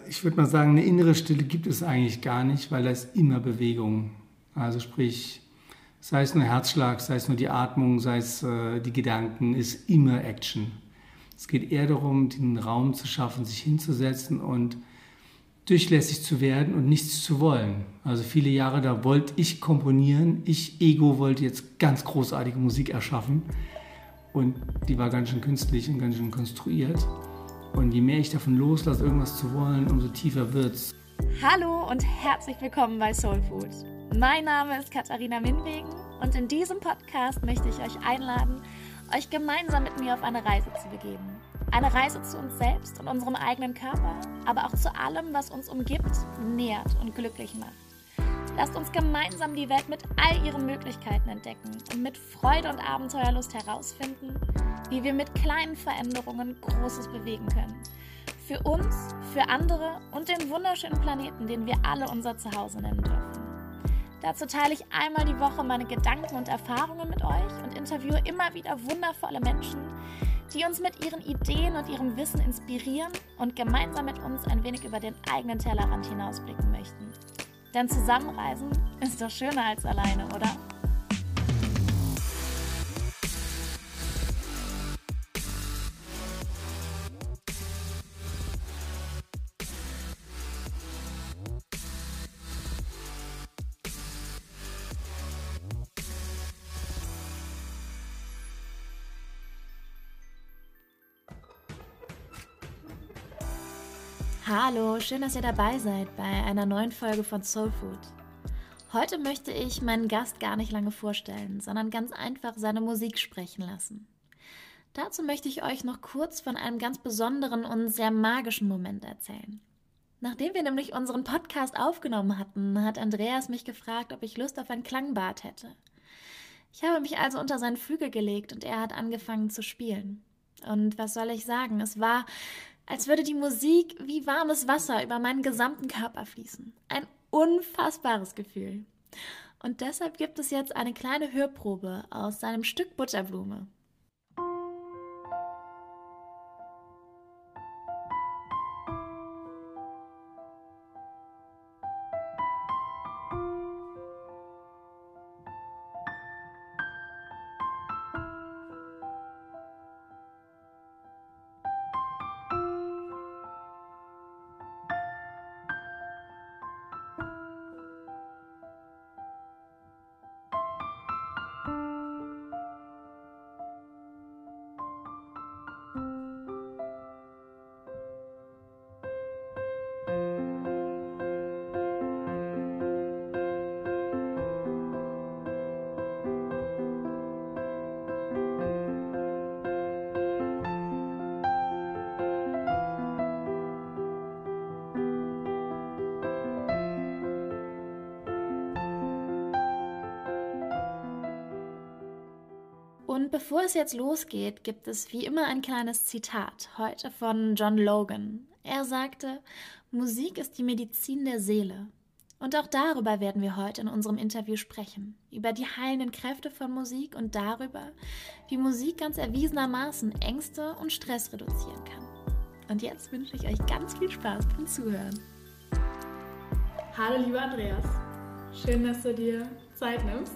ich würde mal sagen, eine innere Stille gibt es eigentlich gar nicht, weil da ist immer Bewegung. Also sprich, sei es nur Herzschlag, sei es nur die Atmung, sei es die Gedanken, ist immer Action. Es geht eher darum, den Raum zu schaffen, sich hinzusetzen und durchlässig zu werden und nichts zu wollen. Also viele Jahre, da wollte ich komponieren, Ego wollte jetzt ganz großartige Musik erschaffen und die war ganz schön künstlich und ganz schön konstruiert. Und je mehr ich davon loslasse, irgendwas zu wollen, umso tiefer wird's. Hallo und herzlich willkommen bei Soul Food. Mein Name ist Katharina Minwegen und in diesem Podcast möchte ich euch einladen, euch gemeinsam mit mir auf eine Reise zu begeben. Eine Reise zu uns selbst und unserem eigenen Körper, aber auch zu allem, was uns umgibt, nährt und glücklich macht. Lasst uns gemeinsam die Welt mit all ihren Möglichkeiten entdecken und mit Freude und Abenteuerlust herausfinden, wie wir mit kleinen Veränderungen Großes bewegen können. Für uns, für andere und den wunderschönen Planeten, den wir alle unser Zuhause nennen dürfen. Dazu teile ich einmal die Woche meine Gedanken und Erfahrungen mit euch und interviewe immer wieder wundervolle Menschen, die uns mit ihren Ideen und ihrem Wissen inspirieren und gemeinsam mit uns ein wenig über den eigenen Tellerrand hinausblicken möchten. Denn Zusammenreisen ist doch schöner als alleine, oder? Hallo, schön, dass ihr dabei seid bei einer neuen Folge von Soul Food. Heute möchte ich meinen Gast gar nicht lange vorstellen, sondern ganz einfach seine Musik sprechen lassen. Dazu möchte ich euch noch kurz von einem ganz besonderen und sehr magischen Moment erzählen. Nachdem wir nämlich unseren Podcast aufgenommen hatten, hat Andreas mich gefragt, ob ich Lust auf ein Klangbad hätte. Ich habe mich also unter seinen Flügel gelegt und er hat angefangen zu spielen. Und was soll ich sagen, es war, als würde die Musik wie warmes Wasser über meinen gesamten Körper fließen. Ein unfassbares Gefühl. Und deshalb gibt es jetzt eine kleine Hörprobe aus seinem Stück Butterblume. Und bevor es jetzt losgeht, gibt es wie immer ein kleines Zitat, heute von John Logan. Er sagte, Musik ist die Medizin der Seele. Und auch darüber werden wir heute in unserem Interview sprechen. Über die heilenden Kräfte von Musik und darüber, wie Musik ganz erwiesenermaßen Ängste und Stress reduzieren kann. Und jetzt wünsche ich euch ganz viel Spaß beim Zuhören. Hallo lieber Andreas, schön, dass du dir Zeit nimmst.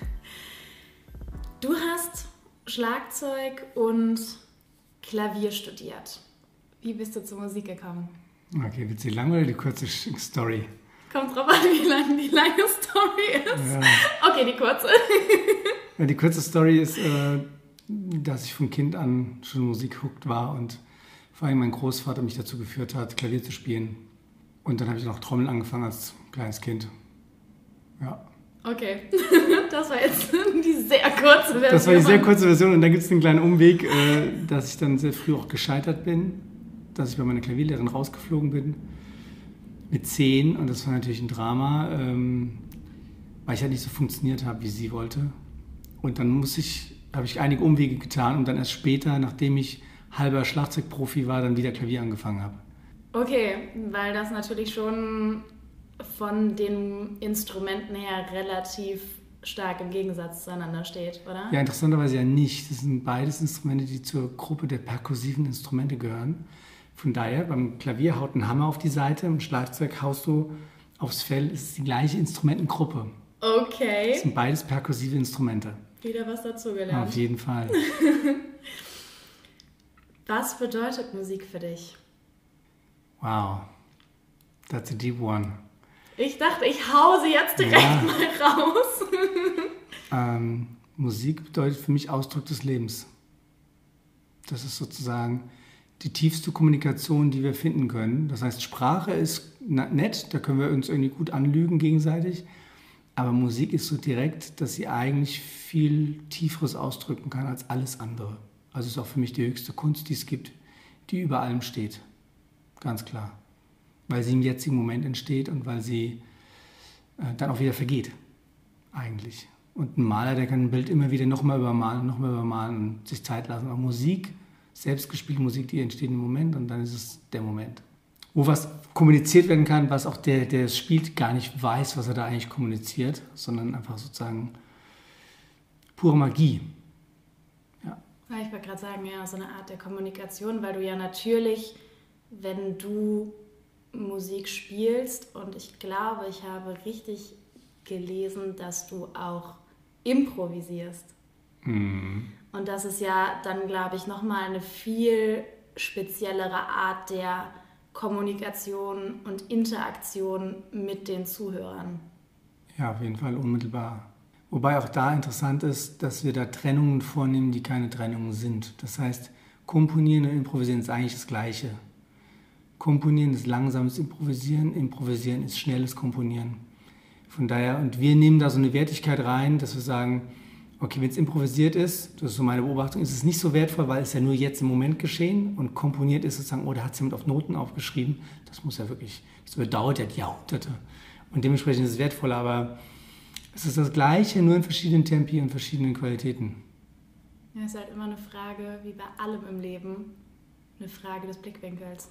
Du hast Schlagzeug und Klavier studiert. Wie bist du zur Musik gekommen? Okay, willst du die lange oder die kurze Story? Kommt drauf an, wie lang die lange Story ist. Ja. Okay, die kurze. Ja, die kurze Story ist, dass ich von Kind an schon Musik-hooked war und vor allem mein Großvater mich dazu geführt hat, Klavier zu spielen. Und dann habe ich noch Trommeln angefangen als kleines Kind. Ja. Okay, das war jetzt die sehr kurze Version. Das war die sehr kurze Version und dann gibt es einen kleinen Umweg, dass ich dann sehr früh auch gescheitert bin, dass ich bei meiner Klavierlehrerin rausgeflogen bin mit 10 und das war natürlich ein Drama, weil ich halt nicht so funktioniert habe, wie sie wollte. Und dann habe ich einige Umwege getan und dann erst später, nachdem ich halber Schlagzeugprofi war, dann wieder Klavier angefangen habe. Okay, weil das natürlich schon von den Instrumenten her relativ stark im Gegensatz zueinander steht, oder? Ja, interessanterweise ja nicht. Das sind beides Instrumente, die zur Gruppe der perkussiven Instrumente gehören. Von daher, beim Klavier haut ein Hammer auf die Seite, im Schlagzeug haust du aufs Fell, es ist die gleiche Instrumentengruppe. Okay. Das sind beides perkussive Instrumente. Wieder was dazugelernt. Auf jeden Fall. Was bedeutet Musik für dich? Wow, that's a deep one. Ich dachte, ich hau sie jetzt direkt mal raus. Musik bedeutet für mich Ausdruck des Lebens. Das ist sozusagen die tiefste Kommunikation, die wir finden können. Das heißt, Sprache ist nett, da können wir uns irgendwie gut anlügen gegenseitig. Aber Musik ist so direkt, dass sie eigentlich viel Tieferes ausdrücken kann als alles andere. Also ist auch für mich die höchste Kunst, die es gibt, die über allem steht. Ganz klar. Weil sie im jetzigen Moment entsteht und weil sie dann auch wieder vergeht, eigentlich. Und ein Maler, der kann ein Bild immer wieder nochmal übermalen und sich Zeit lassen. Aber Musik, selbstgespielte Musik, die entsteht im Moment und dann ist es der Moment. Wo was kommuniziert werden kann, was auch der es spielt, gar nicht weiß, was er da eigentlich kommuniziert, sondern einfach sozusagen pure Magie. Ja, ich wollte gerade sagen, ja, so eine Art der Kommunikation, weil du ja natürlich, wenn du Musik spielst, und ich glaube, ich habe richtig gelesen, dass du auch improvisierst. Mhm. Und das ist ja dann, glaube ich, nochmal eine viel speziellere Art der Kommunikation und Interaktion mit den Zuhörern. Ja, auf jeden Fall unmittelbar. Wobei auch da interessant ist, dass wir da Trennungen vornehmen, die keine Trennungen sind. Das heißt, Komponieren und Improvisieren ist eigentlich das Gleiche. Komponieren ist langsames Improvisieren, Improvisieren ist schnelles Komponieren. Von daher, und wir nehmen da so eine Wertigkeit rein, dass wir sagen, okay, wenn es improvisiert ist, das ist so meine Beobachtung, ist es nicht so wertvoll, weil es ja nur jetzt im Moment geschehen, und komponiert ist sozusagen, oh, da hat es jemand auf Noten aufgeschrieben, das muss ja wirklich, das dauert ja Jahrhunderte. Und dementsprechend ist es wertvoller, aber es ist das Gleiche, nur in verschiedenen Tempi und verschiedenen Qualitäten. Ja, es ist halt immer eine Frage, wie bei allem im Leben, eine Frage des Blickwinkels.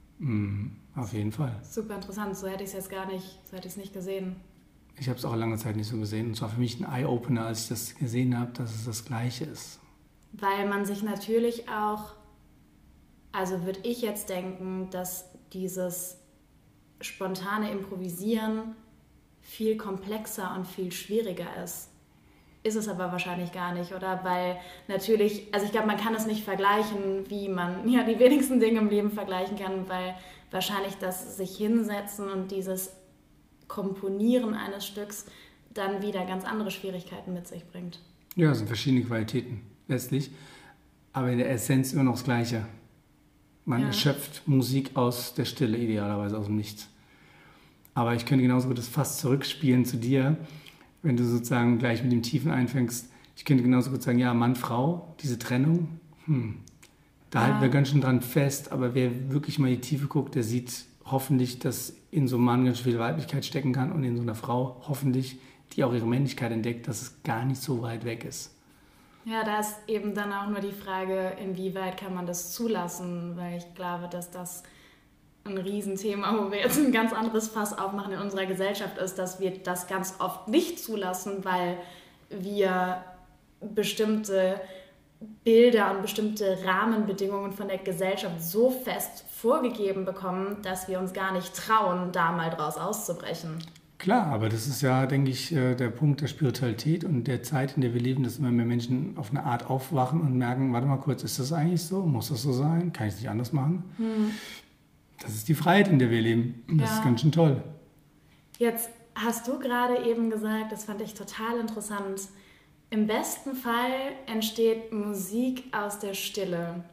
Auf jeden Fall. Super interessant, so hätte ich es jetzt gar nicht, so hätte ich es nicht gesehen. Ich habe es auch lange Zeit nicht so gesehen. Und es war für mich ein Eye-Opener, als ich das gesehen habe, dass es das Gleiche ist. Weil man sich natürlich auch, also würde ich jetzt denken, dass dieses spontane Improvisieren viel komplexer und viel schwieriger ist. Ist es aber wahrscheinlich gar nicht, oder? Weil natürlich, also ich glaube, man kann es nicht vergleichen, wie man ja die wenigsten Dinge im Leben vergleichen kann, weil wahrscheinlich das sich hinsetzen und dieses Komponieren eines Stücks dann wieder ganz andere Schwierigkeiten mit sich bringt. Ja, es sind verschiedene Qualitäten letztlich, aber in der Essenz immer noch das Gleiche. Man erschöpft Musik aus der Stille, idealerweise aus dem Nichts. Aber ich könnte genauso gut das Fass zurückspielen zu dir, wenn du sozusagen gleich mit dem Tiefen einfängst. Ich könnte genauso gut sagen, ja, Mann, Frau, diese Trennung, da halten wir ganz schön dran fest, aber wer wirklich mal in die Tiefe guckt, der sieht hoffentlich, dass in so einem Mann ganz viel Weiblichkeit stecken kann und in so einer Frau hoffentlich, die auch ihre Männlichkeit entdeckt, dass es gar nicht so weit weg ist. Ja, da ist eben dann auch nur die Frage, inwieweit kann man das zulassen, weil ich glaube, dass das ein Riesenthema, wo wir jetzt ein ganz anderes Fass aufmachen in unserer Gesellschaft ist, dass wir das ganz oft nicht zulassen, weil wir bestimmte Bilder und bestimmte Rahmenbedingungen von der Gesellschaft so fest vorgegeben bekommen, dass wir uns gar nicht trauen, da mal draus auszubrechen. Klar, aber das ist ja, denke ich, der Punkt der Spiritualität und der Zeit, in der wir leben, dass immer mehr Menschen auf eine Art aufwachen und merken, warte mal kurz, ist das eigentlich so? Muss das so sein? Kann ich es nicht anders machen? Das ist die Freiheit, in der wir leben. Und das ist ganz schön toll. Jetzt hast du gerade eben gesagt, das fand ich total interessant, im besten Fall entsteht Musik aus der Stille.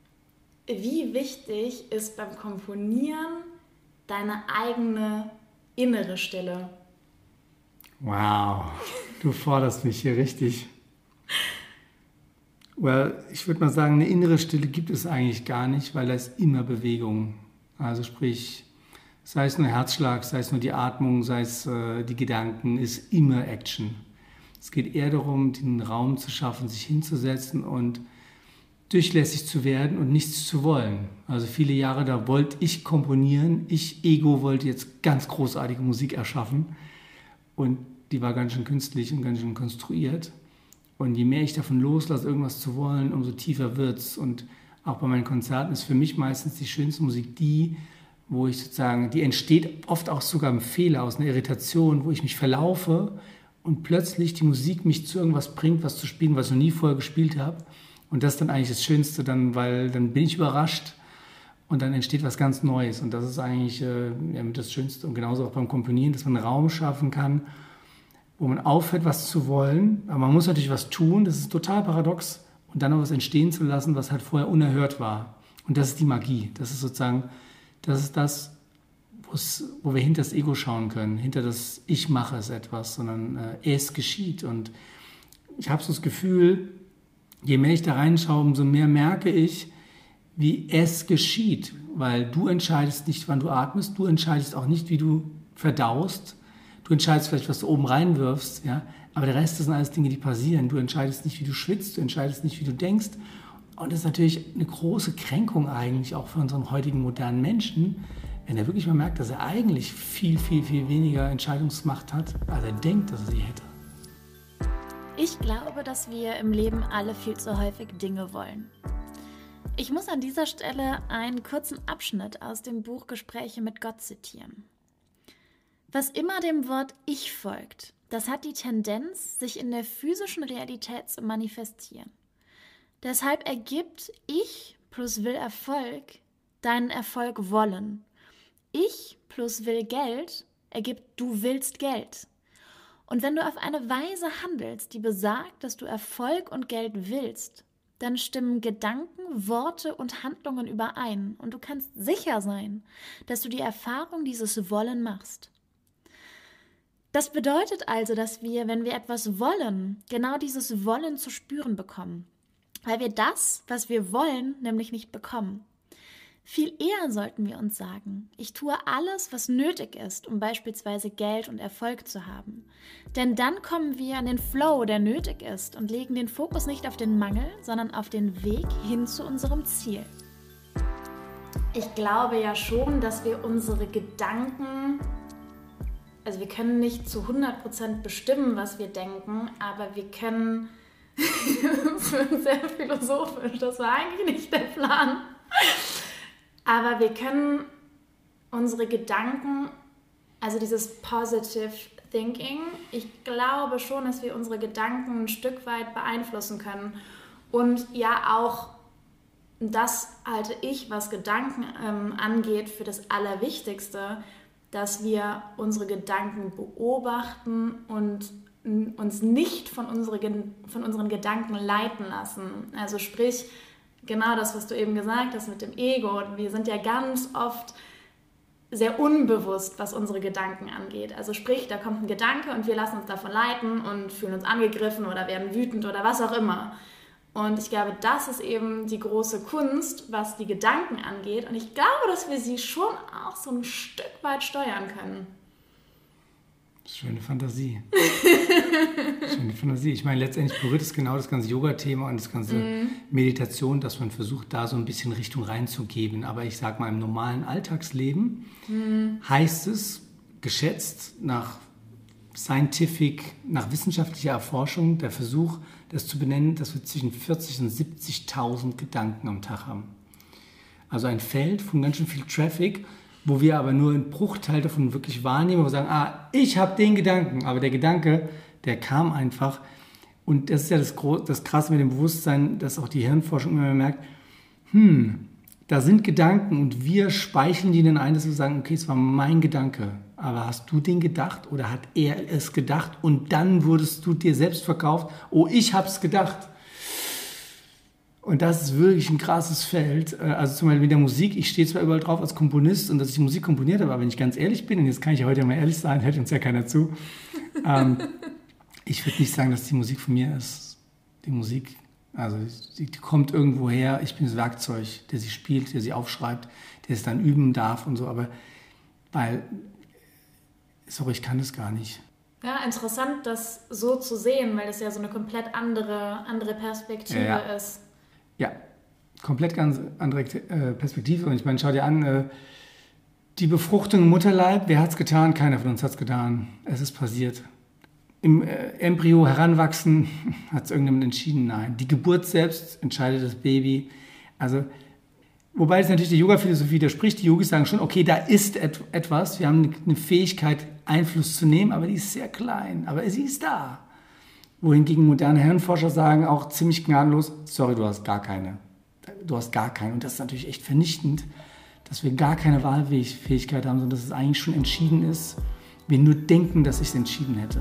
Wie wichtig ist beim Komponieren deine eigene innere Stille? Wow, du forderst mich hier richtig. Well, ich würde mal sagen, eine innere Stille gibt es eigentlich gar nicht, weil da ist immer Bewegung. Also sprich, sei es nur Herzschlag, sei es nur die Atmung, sei es die Gedanken, ist immer Action. Es geht eher darum, den Raum zu schaffen, sich hinzusetzen und durchlässig zu werden und nichts zu wollen. Also viele Jahre, da wollte ich komponieren, Ego wollte jetzt ganz großartige Musik erschaffen und die war ganz schön künstlich und ganz schön konstruiert. Und je mehr ich davon loslasse, irgendwas zu wollen, umso tiefer wird's. Und auch bei meinen Konzerten, ist für mich meistens die schönste Musik die, wo ich sozusagen, die entsteht oft auch sogar im Fehler, aus einer Irritation, wo ich mich verlaufe und plötzlich die Musik mich zu irgendwas bringt, was zu spielen, was ich noch nie vorher gespielt habe. Und das ist dann eigentlich das Schönste, dann, weil dann bin ich überrascht und dann entsteht was ganz Neues. Und das ist eigentlich das Schönste. Und genauso auch beim Komponieren, dass man einen Raum schaffen kann, wo man aufhört, was zu wollen. Aber man muss natürlich was tun, das ist total paradox. Und dann noch was entstehen zu lassen, was halt vorher unerhört war. Und das ist die Magie. Das ist sozusagen, das ist das, wo wir hinter das Ego schauen können. Hinter das Ich mache es etwas, sondern es geschieht. Und ich habe so das Gefühl, je mehr ich da reinschaue, umso mehr merke ich, wie es geschieht. Weil du entscheidest nicht, wann du atmest, du entscheidest auch nicht, wie du verdaust. Du entscheidest vielleicht, was du oben reinwirfst, ja? Aber der Rest, das sind alles Dinge, die passieren. Du entscheidest nicht, wie du schwitzt, du entscheidest nicht, wie du denkst. Und das ist natürlich eine große Kränkung eigentlich auch für unseren heutigen modernen Menschen, wenn er wirklich mal merkt, dass er eigentlich viel, viel, viel weniger Entscheidungsmacht hat, als er denkt, dass er sie hätte. Ich glaube, dass wir im Leben alle viel zu häufig Dinge wollen. Ich muss an dieser Stelle einen kurzen Abschnitt aus dem Buch Gespräche mit Gott zitieren. Was immer dem Wort Ich folgt, das hat die Tendenz, sich in der physischen Realität zu manifestieren. Deshalb ergibt Ich plus will Erfolg deinen Erfolg wollen. Ich plus will Geld ergibt du willst Geld. Und wenn du auf eine Weise handelst, die besagt, dass du Erfolg und Geld willst, dann stimmen Gedanken, Worte und Handlungen überein und du kannst sicher sein, dass du die Erfahrung dieses Wollen machst. Das bedeutet also, dass wir, wenn wir etwas wollen, genau dieses Wollen zu spüren bekommen, weil wir das, was wir wollen, nämlich nicht bekommen. Viel eher sollten wir uns sagen, ich tue alles, was nötig ist, um beispielsweise Geld und Erfolg zu haben. Denn dann kommen wir an den Flow, der nötig ist, und legen den Fokus nicht auf den Mangel, sondern auf den Weg hin zu unserem Ziel. Ich glaube ja schon, dass wir unsere Gedanken, also wir können nicht zu 100% bestimmen, was wir denken, aber wir können, das wird sehr philosophisch, das war eigentlich nicht der Plan. Aber wir können unsere Gedanken, also dieses Positive Thinking, ich glaube schon, dass wir unsere Gedanken ein Stück weit beeinflussen können. Und ja auch, das halte ich, was Gedanken angeht, für das Allerwichtigste, dass wir unsere Gedanken beobachten und uns nicht von unseren Gedanken leiten lassen. Also sprich, genau das, was du eben gesagt hast mit dem Ego. Wir sind ja ganz oft sehr unbewusst, was unsere Gedanken angeht. Also sprich, da kommt ein Gedanke und wir lassen uns davon leiten und fühlen uns angegriffen oder werden wütend oder was auch immer. Und ich glaube, das ist eben die große Kunst, was die Gedanken angeht. Und ich glaube, dass wir sie schon auch so ein Stück weit steuern können. Schöne Fantasie. Schöne Fantasie. Ich meine, letztendlich berührt es genau das ganze Yoga-Thema und das ganze Meditation, dass man versucht, da so ein bisschen Richtung reinzugeben. Aber ich sage mal, im normalen Alltagsleben heißt es, geschätzt nach nach wissenschaftlicher Erforschung, der Versuch, das zu benennen, dass wir zwischen 40.000 und 70.000 Gedanken am Tag haben. Also ein Feld von ganz schön viel Traffic, wo wir aber nur einen Bruchteil davon wirklich wahrnehmen, wo wir sagen, ich habe den Gedanken, aber der Gedanke, der kam einfach. Und das ist ja das Krasse mit dem Bewusstsein, dass auch die Hirnforschung immer mehr merkt, da sind Gedanken und wir speicheln die dann ein, dass wir sagen, okay, es war mein Gedanke, aber hast du den gedacht oder hat er es gedacht und dann wurdest du dir selbst verkauft, ich habe es gedacht. Und das ist wirklich ein krasses Feld. Also zum Beispiel mit der Musik, ich stehe zwar überall drauf als Komponist und dass ich Musik komponiert habe, aber wenn ich ganz ehrlich bin, und jetzt kann ich ja heute mal ehrlich sein, hört uns ja keiner zu, ich würde nicht sagen, dass die Musik von mir ist. Die Musik, also die kommt irgendwo her, ich bin das Werkzeug, der sie spielt, der sie aufschreibt, der es dann üben darf und so, aber ich kann das gar nicht. Ja, interessant, das so zu sehen, weil das ja so eine komplett andere Perspektive ist. Ja, komplett ganz andere Perspektive. Und ich meine, schau dir an, die Befruchtung im Mutterleib, wer hat es getan? Keiner von uns hat es getan. Es ist passiert. Im Embryo heranwachsen, hat es irgendjemand entschieden? Nein. Die Geburt selbst entscheidet das Baby. Also, wobei es natürlich der Yoga-Philosophie widerspricht. Die Yogis sagen schon, okay, da ist etwas, wir haben eine Fähigkeit, Einfluss zu nehmen, aber die ist sehr klein, aber sie ist da. Wohingegen moderne Hirnforscher sagen auch ziemlich gnadenlos, sorry, du hast gar keine. Du hast gar keine. Und das ist natürlich echt vernichtend, dass wir gar keine Wahlfähigkeit haben, sondern dass es eigentlich schon entschieden ist. Wir nur denken, dass ich es entschieden hätte.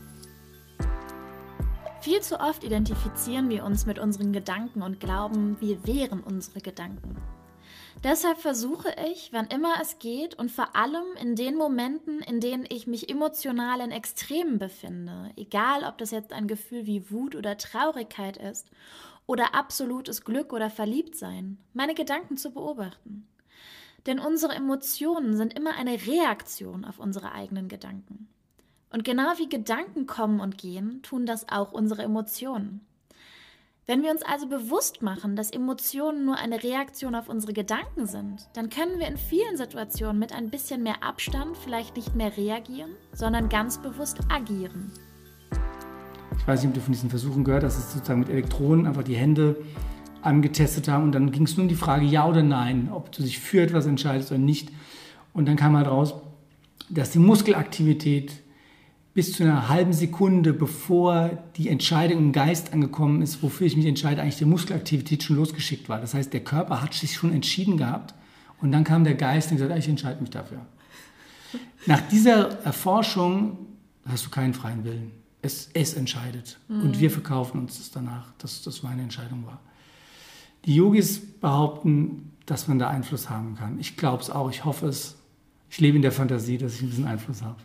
Viel zu oft identifizieren wir uns mit unseren Gedanken und glauben, wir wären unsere Gedanken. Deshalb versuche ich, wann immer es geht und vor allem in den Momenten, in denen ich mich emotional in Extremen befinde, egal ob das jetzt ein Gefühl wie Wut oder Traurigkeit ist oder absolutes Glück oder Verliebtsein, meine Gedanken zu beobachten. Denn unsere Emotionen sind immer eine Reaktion auf unsere eigenen Gedanken. Und genau wie Gedanken kommen und gehen, tun das auch unsere Emotionen. Wenn wir uns also bewusst machen, dass Emotionen nur eine Reaktion auf unsere Gedanken sind, dann können wir in vielen Situationen mit ein bisschen mehr Abstand vielleicht nicht mehr reagieren, sondern ganz bewusst agieren. Ich weiß nicht, ob du von diesen Versuchen gehört hast, dass sozusagen mit Elektronen einfach die Hände angetestet haben und dann ging es nur um die Frage ja oder nein, ob du dich für etwas entscheidest oder nicht. Und dann kam halt raus, dass die Muskelaktivität bis zu einer halben Sekunde, bevor die Entscheidung im Geist angekommen ist, wofür ich mich entscheide, eigentlich die Muskelaktivität schon losgeschickt war. Das heißt, der Körper hat sich schon entschieden gehabt und dann kam der Geist und gesagt, ich entscheide mich dafür. Nach dieser Erforschung hast du keinen freien Willen. Es entscheidet. Und wir verkaufen uns das danach, dass das meine Entscheidung war. Die Yogis behaupten, dass man da Einfluss haben kann. Ich glaube es auch, ich hoffe es. Ich lebe in der Fantasie, dass ich ein bisschen Einfluss habe.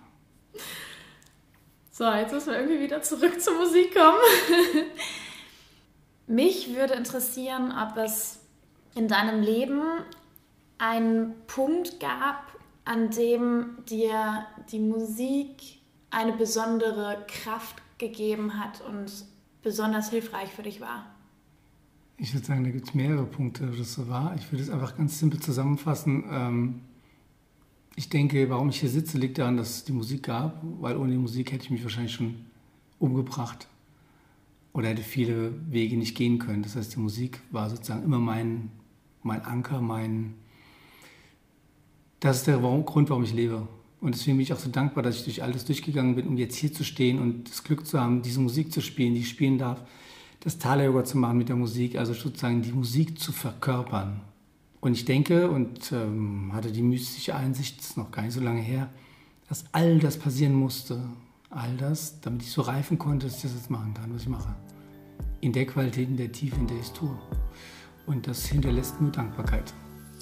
So, jetzt müssen wir irgendwie wieder zurück zur Musik kommen. Mich würde interessieren, ob es in deinem Leben einen Punkt gab, an dem dir die Musik eine besondere Kraft gegeben hat und besonders hilfreich für dich war. Ich würde sagen, da gibt es mehrere Punkte, wo das so war. Ich würde es einfach ganz simpel zusammenfassen. Ich denke, warum ich hier sitze, liegt daran, dass es die Musik gab, weil ohne die Musik hätte ich mich wahrscheinlich schon umgebracht oder hätte viele Wege nicht gehen können. Das heißt, die Musik war sozusagen immer mein Anker, das ist der Grund, warum ich lebe. Und deswegen bin ich auch so dankbar, dass ich durch alles durchgegangen bin, um jetzt hier zu stehen und das Glück zu haben, diese Musik zu spielen, die ich spielen darf, das Thala-Yoga zu machen mit der Musik, also sozusagen die Musik zu verkörpern. Und ich denke und hatte die mystische Einsicht, das ist noch gar nicht so lange her, dass all das passieren musste, all das, damit ich so reifen konnte, dass ich das jetzt machen kann, was ich mache. In der Qualität, in der Tiefe, in der ich es tue. Und das hinterlässt nur Dankbarkeit.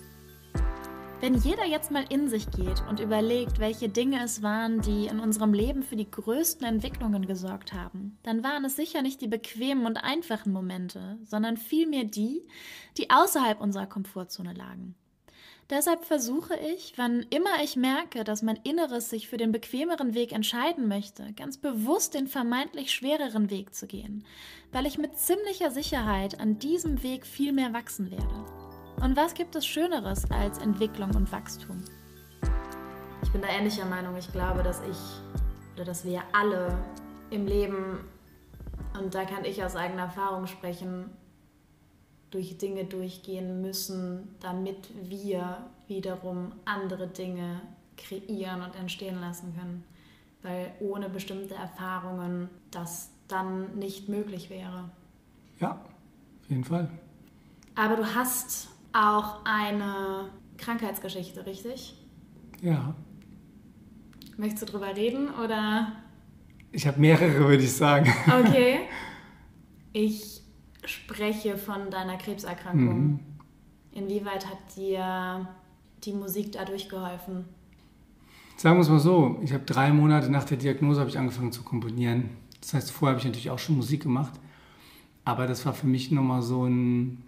Wenn jeder jetzt mal in sich geht und überlegt, welche Dinge es waren, die in unserem Leben für die größten Entwicklungen gesorgt haben, dann waren es sicher nicht die bequemen und einfachen Momente, sondern vielmehr die außerhalb unserer Komfortzone lagen. Deshalb versuche ich, wann immer ich merke, dass mein Inneres sich für den bequemeren Weg entscheiden möchte, ganz bewusst den vermeintlich schwereren Weg zu gehen, weil ich mit ziemlicher Sicherheit an diesem Weg viel mehr wachsen werde. Und was gibt es Schöneres als Entwicklung und Wachstum? Ich bin da ähnlicher Meinung. Ich glaube, dass wir alle im Leben, und da kann ich aus eigener Erfahrung sprechen, durch Dinge durchgehen müssen, damit wir wiederum andere Dinge kreieren und entstehen lassen können. Weil ohne bestimmte Erfahrungen das dann nicht möglich wäre. Ja, auf jeden Fall. Aber du hast auch eine Krankheitsgeschichte, richtig? Ja. Möchtest du drüber reden, oder? Ich habe mehrere, würde ich sagen. Okay. Ich spreche von deiner Krebserkrankung. Mhm. Inwieweit hat dir die Musik dadurch geholfen? Sagen wir es mal so, ich habe 3 Monate nach der Diagnose habe ich angefangen zu komponieren. Das heißt, vorher habe ich natürlich auch schon Musik gemacht, aber das war für mich nochmal so ein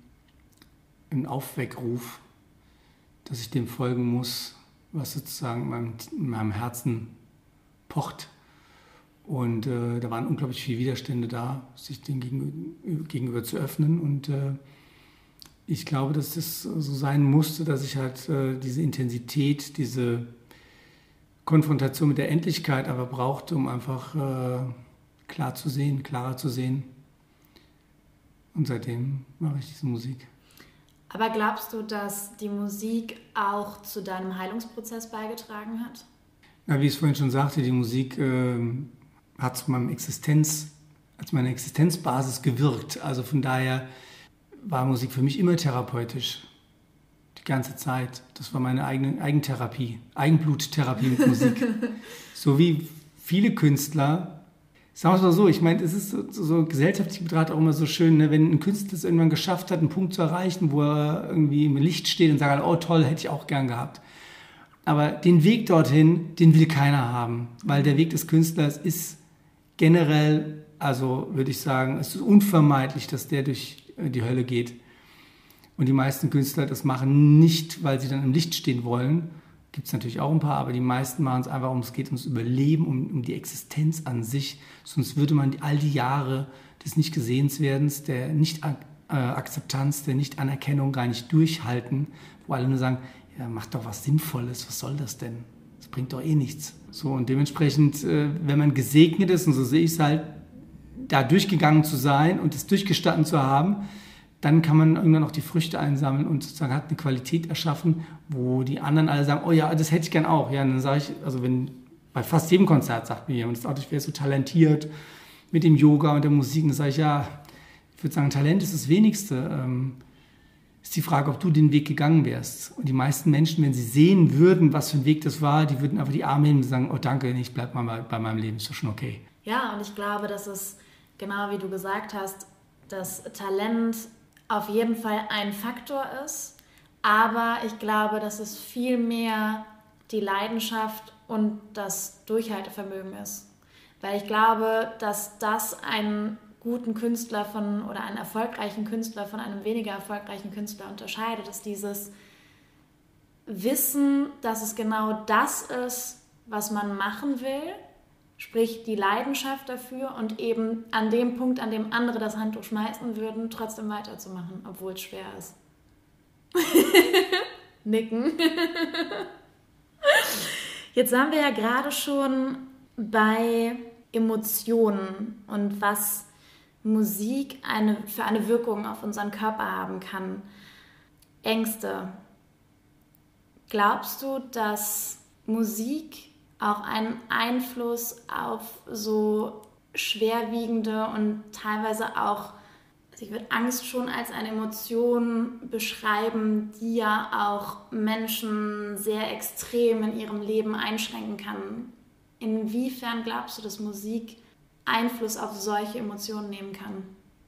Aufweckruf, dass ich dem folgen muss, was sozusagen in meinem Herzen pocht. Und da waren unglaublich viele Widerstände da, sich dem gegenüber zu öffnen. Und ich glaube, dass das so sein musste, dass ich halt diese Intensität, diese Konfrontation mit der Endlichkeit aber brauchte, um einfach klarer zu sehen. Und seitdem mache ich diese Musik. Aber glaubst du, dass die Musik auch zu deinem Heilungsprozess beigetragen hat? Ja, wie ich es vorhin schon sagte, die Musik hat zu meiner Existenzbasis gewirkt. Also von daher war Musik für mich immer therapeutisch. Die ganze Zeit. Das war meine eigene Eigentherapie, Eigenbluttherapie mit Musik. So wie viele Künstler. Sagen wir es mal so, ich meine, es ist so gesellschaftlich betrachtet auch immer so schön, ne, wenn ein Künstler es irgendwann geschafft hat, einen Punkt zu erreichen, wo er irgendwie im Licht steht und sagt, oh toll, hätte ich auch gern gehabt. Aber den Weg dorthin, den will keiner haben, weil der Weg des Künstlers ist generell, also würde ich sagen, es ist unvermeidlich, dass der durch die Hölle geht. Und die meisten Künstler das machen nicht, weil sie dann im Licht stehen wollen. Gibt es natürlich auch ein paar, aber die meisten machen es einfach, es geht ums Überleben, um die Existenz an sich. Sonst würde man all die Jahre des Nicht-Gesehenswerdens, der Nicht-Akzeptanz, der Nicht-Anerkennung gar nicht durchhalten, wo alle nur sagen, ja, mach doch was Sinnvolles, was soll das denn? Das bringt doch eh nichts. So, und dementsprechend, wenn man gesegnet ist, und so sehe ich es halt, da durchgegangen zu sein und es durchgestanden zu haben, dann kann man irgendwann auch die Früchte einsammeln und sozusagen hat eine Qualität erschaffen, wo die anderen alle sagen, oh ja, das hätte ich gern auch. Ja, und dann sage ich, also wenn bei fast jedem Konzert sagt mir jemand, ich wäre so talentiert mit dem Yoga und der Musik, dann sage ich, ja, ich würde sagen, Talent ist das Wenigste. Ist die Frage, ob du den Weg gegangen wärst. Und die meisten Menschen, wenn sie sehen würden, was für ein Weg das war, die würden einfach die Arme heben und sagen, oh danke, ich bleibe mal bei meinem Leben, ist doch schon okay. Ja, und ich glaube, dass es, genau wie du gesagt hast, dass Talent auf jeden Fall ein Faktor ist, aber ich glaube, dass es viel mehr die Leidenschaft und das Durchhaltevermögen ist. Weil ich glaube, dass das einen guten Künstler oder einen erfolgreichen Künstler von einem weniger erfolgreichen Künstler unterscheidet, ist dieses Wissen, dass es genau das ist, was man machen will, sprich die Leidenschaft dafür und eben an dem Punkt, an dem andere das Handtuch schmeißen würden, trotzdem weiterzumachen, obwohl es schwer ist. Nicken. Jetzt waren wir ja gerade schon bei Emotionen und was Musik für eine Wirkung auf unseren Körper haben kann. Ängste. Glaubst du, dass Musik auch einen Einfluss auf so schwerwiegende und teilweise auch, also ich würde Angst schon als eine Emotion beschreiben, die ja auch Menschen sehr extrem in ihrem Leben einschränken kann. Inwiefern glaubst du, dass Musik Einfluss auf solche Emotionen nehmen kann?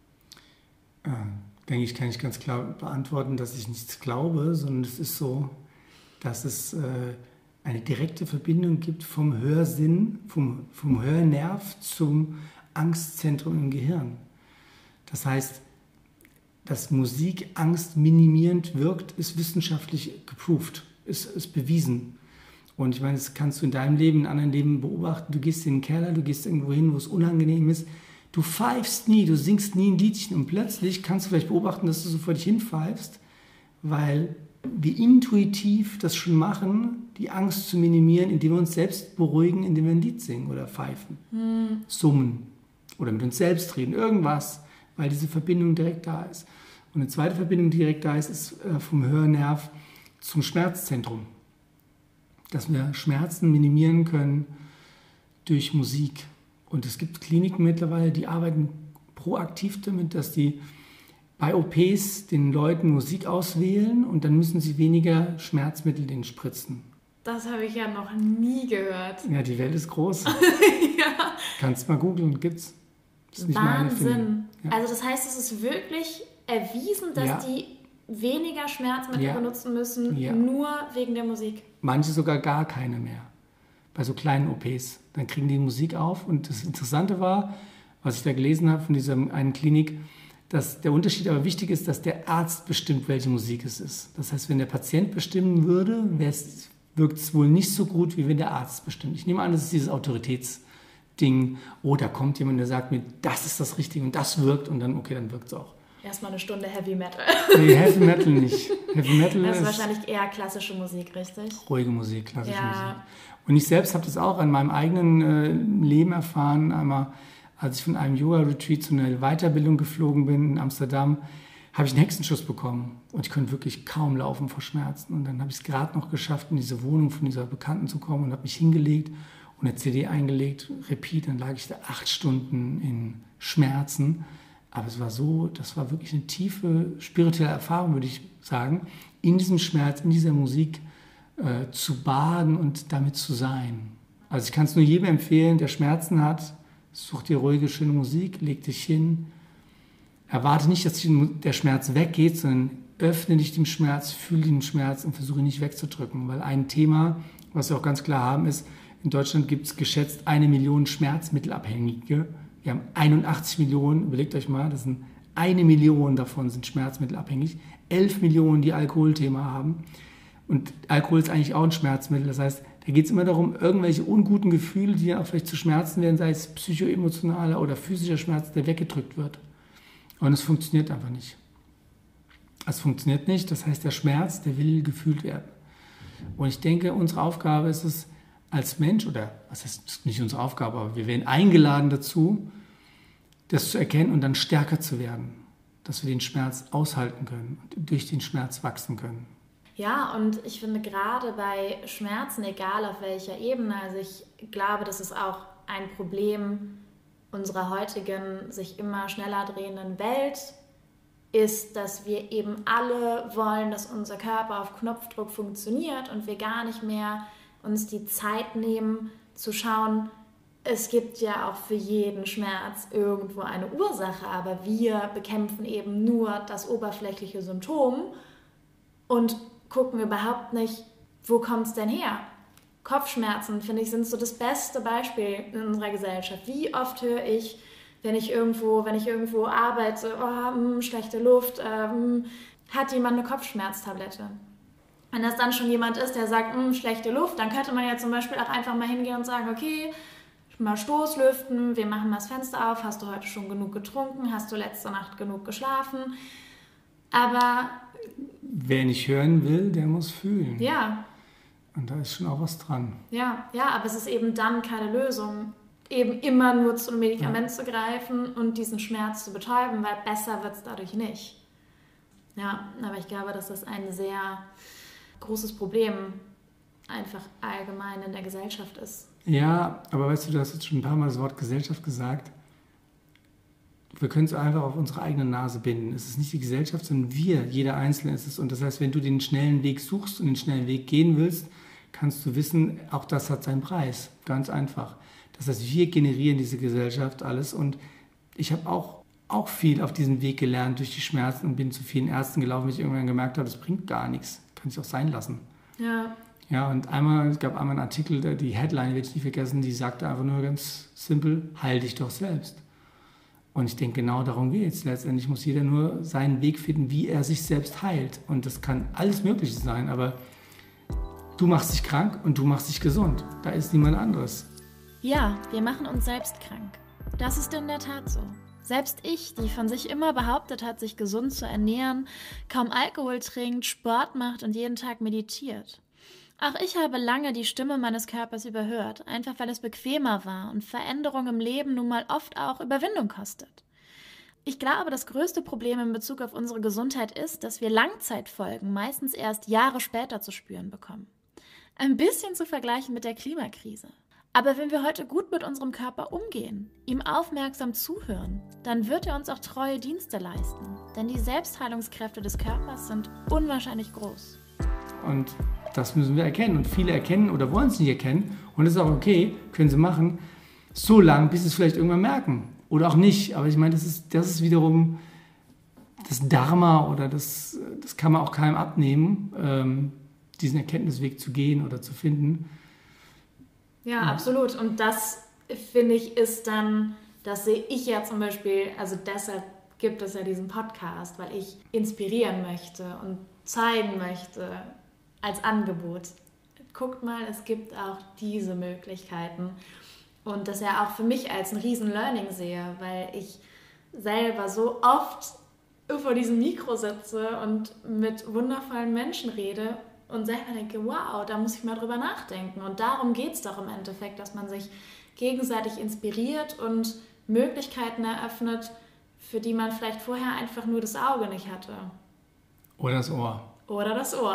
Denke ich, kann ich ganz klar beantworten, dass ich nichts glaube, sondern es ist so, dass es eine direkte Verbindung gibt vom Hörsinn, vom Hörnerv zum Angstzentrum im Gehirn. Das heißt, dass Musik angstminimierend wirkt, ist wissenschaftlich geproved, ist bewiesen. Und ich meine, das kannst du in deinem Leben, in anderen Leben beobachten. Du gehst in den Keller, du gehst irgendwo hin, wo es unangenehm ist. Du pfeifst nie, du singst nie ein Liedchen und plötzlich kannst du vielleicht beobachten, dass du so vor dich hin pfeifst, weil wir intuitiv das schon machen, die Angst zu minimieren, indem wir uns selbst beruhigen, indem wir ein Lied singen oder pfeifen, summen oder mit uns selbst reden, irgendwas, weil diese Verbindung direkt da ist. Und eine zweite Verbindung, die direkt da ist vom Hörnerv zum Schmerzzentrum. Dass wir Schmerzen minimieren können durch Musik. Und es gibt Kliniken mittlerweile, die arbeiten proaktiv damit, dass die bei OPs den Leuten Musik auswählen und dann müssen sie weniger Schmerzmittel denen spritzen. Das habe ich ja noch nie gehört. Ja, die Welt ist groß. Ja. Kannst mal googeln, gibt's. Das ist Wahnsinn. Ja. Also das heißt, es ist wirklich erwiesen, dass die weniger Schmerzmittel benutzen müssen, nur wegen der Musik. Manche sogar gar keine mehr. Bei so kleinen OPs. Dann kriegen die Musik auf. Und das Interessante war, was ich da gelesen habe von dieser einen Klinik, dass der Unterschied aber wichtig ist, dass der Arzt bestimmt, welche Musik es ist. Das heißt, wenn der Patient bestimmen würde, wirkt es wohl nicht so gut, wie wenn der Arzt bestimmt. Ich nehme an, das ist dieses Autoritätsding. Oh, da kommt jemand, der sagt mir, das ist das Richtige und das wirkt. Und dann, okay, dann wirkt es auch. Erstmal eine Stunde Heavy Metal. Nee, Heavy Metal nicht. Heavy Metal das ist wahrscheinlich eher klassische Musik, richtig? Ruhige Musik, klassische Musik. Und ich selbst habe das auch an meinem eigenen Leben erfahren. Einmal, als ich von einem Yoga-Retreat zu einer Weiterbildung geflogen bin in Amsterdam, habe ich einen Hexenschuss bekommen und ich konnte wirklich kaum laufen vor Schmerzen. Und dann habe ich es gerade noch geschafft, in diese Wohnung von dieser Bekannten zu kommen und habe mich hingelegt und eine CD eingelegt, Repeat, dann lag ich da 8 Stunden in Schmerzen. Aber es war so, das war wirklich eine tiefe spirituelle Erfahrung, würde ich sagen, in diesem Schmerz, in dieser Musik zu baden und damit zu sein. Also ich kann es nur jedem empfehlen, der Schmerzen hat, such dir ruhige, schöne Musik, leg dich hin. Erwarte nicht, dass der Schmerz weggeht, sondern öffne dich dem Schmerz, fühle den Schmerz und versuche ihn nicht wegzudrücken. Weil ein Thema, was wir auch ganz klar haben, ist, in Deutschland gibt es geschätzt 1 Million Schmerzmittelabhängige. Wir haben 81 Millionen, überlegt euch mal, das sind 1 Million davon sind schmerzmittelabhängig. 11 Millionen, die Alkoholthema haben. Und Alkohol ist eigentlich auch ein Schmerzmittel. Das heißt, da geht es immer darum, irgendwelche unguten Gefühle, die dann auch vielleicht zu Schmerzen werden, sei es psychoemotionaler oder physischer Schmerz, der weggedrückt wird. Und es funktioniert einfach nicht. Es funktioniert nicht, das heißt, der Schmerz, der will gefühlt werden. Und ich denke, unsere Aufgabe ist es als Mensch, oder was heißt nicht unsere Aufgabe, aber wir werden eingeladen dazu, das zu erkennen und dann stärker zu werden, dass wir den Schmerz aushalten können und durch den Schmerz wachsen können. Ja, und ich finde gerade bei Schmerzen, egal auf welcher Ebene, also ich glaube, das ist auch ein Problem unserer heutigen, sich immer schneller drehenden Welt, ist, dass wir eben alle wollen, dass unser Körper auf Knopfdruck funktioniert und wir gar nicht mehr uns die Zeit nehmen zu schauen, es gibt ja auch für jeden Schmerz irgendwo eine Ursache, aber wir bekämpfen eben nur das oberflächliche Symptom und gucken überhaupt nicht, wo kommt es denn her? Kopfschmerzen, finde ich, sind so das beste Beispiel in unserer Gesellschaft. Wie oft höre ich, wenn ich irgendwo arbeite, schlechte Luft, hat jemand eine Kopfschmerztablette? Wenn das dann schon jemand ist, der sagt, schlechte Luft, dann könnte man ja zum Beispiel auch einfach mal hingehen und sagen, okay, mal Stoßlüften, wir machen mal das Fenster auf, hast du heute schon genug getrunken, hast du letzte Nacht genug geschlafen? Aber wer nicht hören will, der muss fühlen. Ja. Und da ist schon auch was dran. Ja, aber es ist eben dann keine Lösung, eben immer nur zu einem Medikament zu greifen und diesen Schmerz zu betäuben, weil besser wird es dadurch nicht. Ja, aber ich glaube, dass das ein sehr großes Problem einfach allgemein in der Gesellschaft ist. Ja, aber weißt du hast jetzt schon ein paar Mal das Wort Gesellschaft gesagt. Wir können es einfach auf unsere eigene Nase binden. Es ist nicht die Gesellschaft, sondern wir, jeder Einzelne ist es. Und das heißt, wenn du den schnellen Weg suchst und den schnellen Weg gehen willst, kannst du wissen, auch das hat seinen Preis. Ganz einfach. Das heißt, wir generieren diese Gesellschaft alles. Und ich habe auch viel auf diesem Weg gelernt durch die Schmerzen und bin zu vielen Ärzten gelaufen, weil ich irgendwann gemerkt habe, das bringt gar nichts. Kann ich auch sein lassen. Ja. Ja, und es gab einmal einen Artikel, die Headline werde ich nie vergessen, die sagte einfach nur ganz simpel, heil dich doch selbst. Und ich denke, genau darum geht es. Letztendlich muss jeder nur seinen Weg finden, wie er sich selbst heilt. Und das kann alles Mögliche sein, aber du machst dich krank und du machst dich gesund. Da ist niemand anderes. Ja, wir machen uns selbst krank. Das ist in der Tat so. Selbst ich, die von sich immer behauptet hat, sich gesund zu ernähren, kaum Alkohol trinkt, Sport macht und jeden Tag meditiert. Auch ich habe lange die Stimme meines Körpers überhört, einfach weil es bequemer war und Veränderung im Leben nun mal oft auch Überwindung kostet. Ich glaube, das größte Problem in Bezug auf unsere Gesundheit ist, dass wir Langzeitfolgen meistens erst Jahre später zu spüren bekommen. Ein bisschen zu vergleichen mit der Klimakrise. Aber wenn wir heute gut mit unserem Körper umgehen, ihm aufmerksam zuhören, dann wird er uns auch treue Dienste leisten. Denn die Selbstheilungskräfte des Körpers sind unwahrscheinlich groß. Und das müssen wir erkennen. Und viele erkennen oder wollen es nicht erkennen. Und das ist auch okay, können sie machen, so lange, bis sie es vielleicht irgendwann merken. Oder auch nicht. Aber ich meine, das ist wiederum das Dharma oder das kann man auch keinem abnehmen, diesen Erkenntnisweg zu gehen oder zu finden. Ja, absolut. Und das, finde ich, ist dann, das sehe ich ja zum Beispiel, also deshalb gibt es ja diesen Podcast, weil ich inspirieren möchte und zeigen möchte als Angebot. Guckt mal, es gibt auch diese Möglichkeiten. Und das ja auch für mich als ein riesen Learning sehe, weil ich selber so oft vor diesem Mikro sitze und mit wundervollen Menschen rede und selber denke, wow, da muss ich mal drüber nachdenken. Und darum geht es doch im Endeffekt, dass man sich gegenseitig inspiriert und Möglichkeiten eröffnet für die man vielleicht vorher einfach nur das Auge nicht hatte. Oder das Ohr. Oder das Ohr.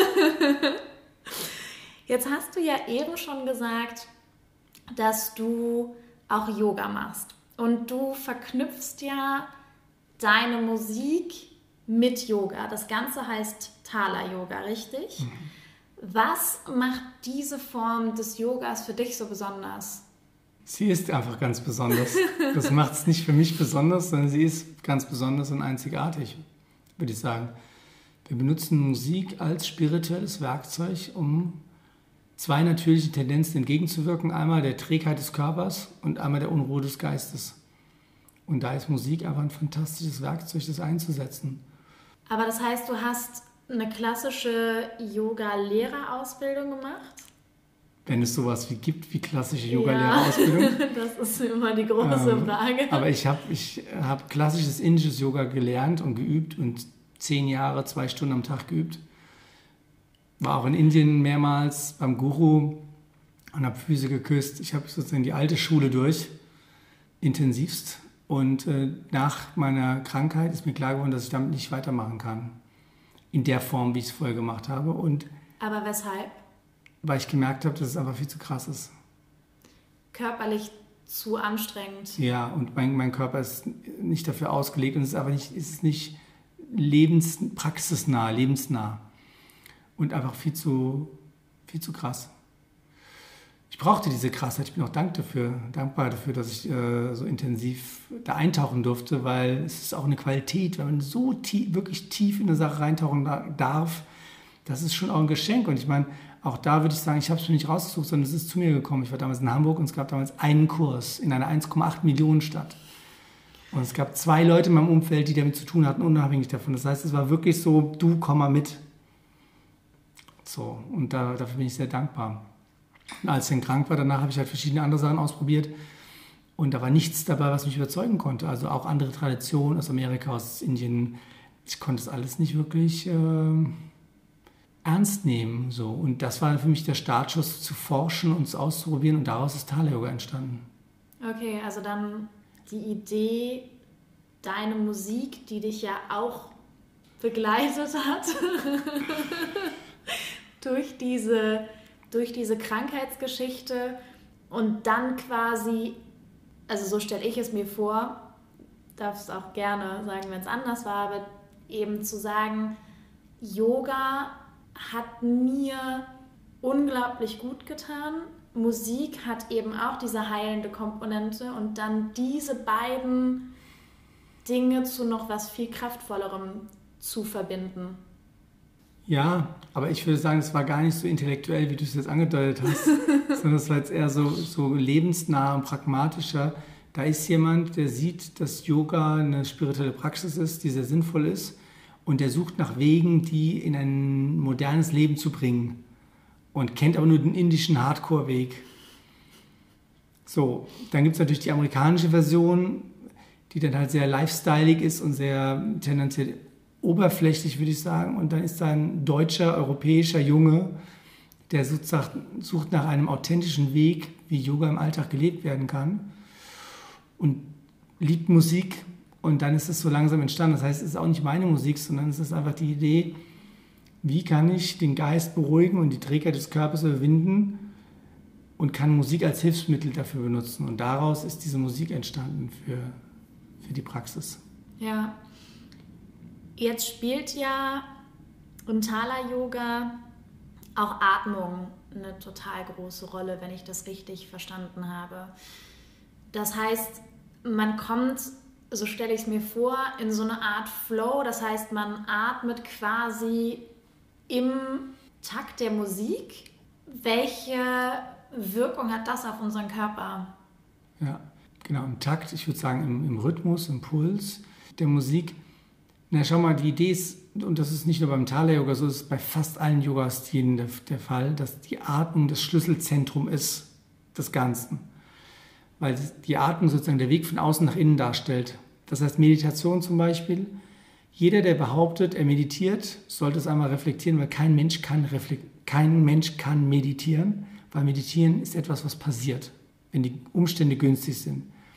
Jetzt hast du ja eben schon gesagt, dass du auch Yoga machst. Und du verknüpfst ja deine Musik mit Yoga. Das Ganze heißt Thala-Yoga, richtig? Mhm. Was macht diese Form des Yogas für dich so besonders? Sie ist einfach ganz besonders. Das macht es nicht für mich besonders, sondern sie ist ganz besonders und einzigartig, würde ich sagen. Wir benutzen Musik als spirituelles Werkzeug, um zwei natürlichen Tendenzen entgegenzuwirken. Einmal der Trägheit des Körpers und einmal der Unruhe des Geistes. Und da ist Musik einfach ein fantastisches Werkzeug, das einzusetzen. Aber das heißt, du hast eine klassische Yoga-Lehrerausbildung gemacht? Wenn es sowas wie gibt, wie klassische Yoga-Lehrerausbildung. Ja, das ist immer die große Frage. Aber ich hab klassisches indisches Yoga gelernt und geübt und 10 Jahre, 2 Stunden am Tag geübt. War auch in Indien mehrmals beim Guru und habe Füße geküsst. Ich habe sozusagen die alte Schule durch, intensivst. Und nach meiner Krankheit ist mir klar geworden, dass ich damit nicht weitermachen kann. In der Form, wie ich es vorher gemacht habe. Aber weshalb? Weil ich gemerkt habe, dass es einfach viel zu krass ist. Körperlich zu anstrengend. Ja, und mein Körper ist nicht dafür ausgelegt und es ist nicht praxisnah, lebensnah. Und einfach viel zu krass. Ich brauchte diese Krassheit. Ich bin auch dankbar dafür, dass ich so intensiv da eintauchen durfte, weil es ist auch eine Qualität, wenn man so wirklich tief in eine Sache reintauchen darf. Das ist schon auch ein Geschenk. Und ich meine, auch da würde ich sagen, ich habe es mir nicht rausgesucht, sondern es ist zu mir gekommen. Ich war damals in Hamburg und es gab damals einen Kurs in einer 1,8 Millionen Stadt. Und es gab 2 Leute in meinem Umfeld, die damit zu tun hatten, unabhängig davon. Das heißt, es war wirklich so, du komm mal mit. So, und dafür bin ich sehr dankbar. Und als ich dann krank war, danach habe ich halt verschiedene andere Sachen ausprobiert. Und da war nichts dabei, was mich überzeugen konnte. Also auch andere Traditionen aus Amerika, aus Indien. Ich konnte es alles nicht wirklich ernst nehmen. So. Und das war für mich der Startschuss, zu forschen und es auszuprobieren. Und daraus ist Thala-Yoga entstanden. Okay, also dann die Idee, deine Musik, die dich ja auch begleitet hat, durch diese Krankheitsgeschichte und dann quasi, also so stelle ich es mir vor, darfst auch gerne sagen, wenn es anders war, aber eben zu sagen, Yoga hat mir unglaublich gut getan. Musik hat eben auch diese heilende Komponente und dann diese beiden Dinge zu noch was viel Kraftvollerem zu verbinden. Ja, aber ich würde sagen, es war gar nicht so intellektuell, wie du es jetzt angedeutet hast, sondern es war jetzt eher so lebensnah und pragmatischer. Da ist jemand, der sieht, dass Yoga eine spirituelle Praxis ist, die sehr sinnvoll ist und der sucht nach Wegen, die in ein modernes Leben zu bringen und kennt aber nur den indischen Hardcore-Weg. So, dann gibt es natürlich die amerikanische Version, die dann halt sehr lifestyleig ist und sehr tendenziell oberflächlich, würde ich sagen. Und dann ist da ein deutscher, europäischer Junge, der sozusagen sucht nach einem authentischen Weg, wie Yoga im Alltag gelebt werden kann und liebt Musik. Und dann ist es so langsam entstanden. Das heißt, es ist auch nicht meine Musik, sondern es ist einfach die Idee, wie kann ich den Geist beruhigen und die Trägheit des Körpers überwinden und kann Musik als Hilfsmittel dafür benutzen. Und daraus ist diese Musik entstanden für die Praxis. Ja. Jetzt spielt ja im Thala-Yoga auch Atmung eine total große Rolle, wenn ich das richtig verstanden habe. Das heißt, man kommt, so stelle ich es mir vor, in so eine Art Flow. Das heißt, man atmet quasi im Takt der Musik. Welche Wirkung hat das auf unseren Körper? Ja, genau, im Takt, ich würde sagen im Rhythmus, im Puls der Musik. Na, schau mal, die Idee ist, und das ist nicht nur beim Thala-Yoga so, das ist bei fast allen Yoga-Stilen der Fall, dass die Atmung das Schlüsselzentrum ist des Ganzen. Weil die Atmung sozusagen der Weg von außen nach innen darstellt. Das heißt, Meditation zum Beispiel, jeder, der behauptet, er meditiert, sollte es einmal reflektieren, weil kein Mensch kann meditieren, weil Meditieren ist etwas, was passiert, wenn die Umstände günstig sind.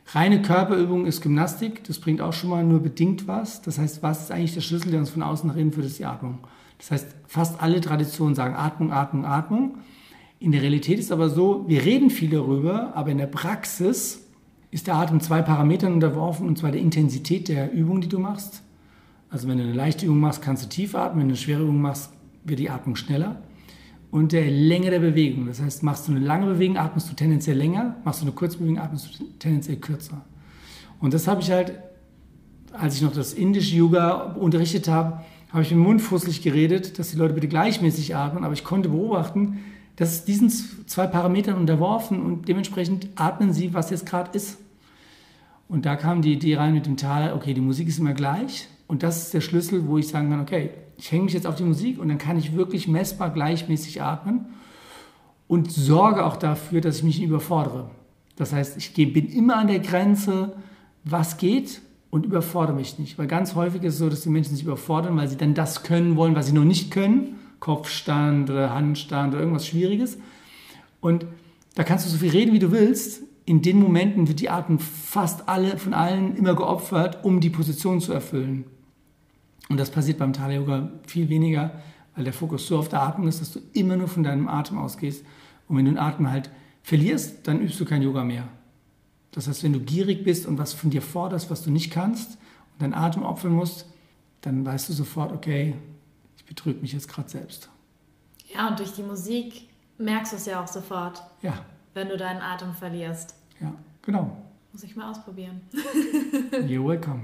Reine Körperübung ist Gymnastik, das bringt auch schon mal nur bedingt was. Das heißt, was ist eigentlich der Schlüssel, der uns von außen nach innen führt, ist die Atmung. Das heißt, fast alle Traditionen sagen Atmung, Atmung, Atmung. In der Realität ist aber so, wir reden viel darüber, aber in der Praxis ist der Atem 2 Parametern unterworfen, und zwar der Intensität der Übung, die du machst. Also wenn du eine leichte Übung machst, kannst du tief atmen, wenn du eine schwere Übung machst, wird die Atmung schneller. Und der Länge der Bewegung. Das heißt, machst du eine lange Bewegung, atmest du tendenziell länger, machst du eine kurze Bewegung, atmest du tendenziell kürzer. Und das habe ich halt, als ich noch das indische Yoga unterrichtet habe, habe ich mit dem Mund fusselig geredet, dass die Leute bitte gleichmäßig atmen, aber ich konnte beobachten, dass es diesen 2 Parametern unterworfen und dementsprechend atmen sie, was jetzt gerade ist. Und da kam die Idee rein mit dem Tal, okay, die Musik ist immer gleich und das ist der Schlüssel, wo ich sagen kann, okay, ich hänge mich jetzt auf die Musik und dann kann ich wirklich messbar gleichmäßig atmen und sorge auch dafür, dass ich mich nicht überfordere. Das heißt, ich bin immer an der Grenze, was geht, und überfordere mich nicht. Weil ganz häufig ist es so, dass die Menschen sich überfordern, weil sie dann das können wollen, was sie noch nicht können. Kopfstand oder Handstand oder irgendwas Schwieriges. Und da kannst du so viel reden, wie du willst. In den Momenten wird die Atmung fast von allen immer geopfert, um die Position zu erfüllen. Und das passiert beim Thala Yoga viel weniger, weil der Fokus so auf der Atmung ist, dass du immer nur von deinem Atem ausgehst. Und wenn du den Atem halt verlierst, dann übst du kein Yoga mehr. Das heißt, wenn du gierig bist und was von dir forderst, was du nicht kannst, und deinen Atem opfern musst, dann weißt du sofort, okay, ich betrüge mich jetzt gerade selbst. Ja, und durch die Musik merkst du es ja auch sofort, ja, wenn du deinen Atem verlierst. Ja, genau. Muss ich mal ausprobieren. You're welcome.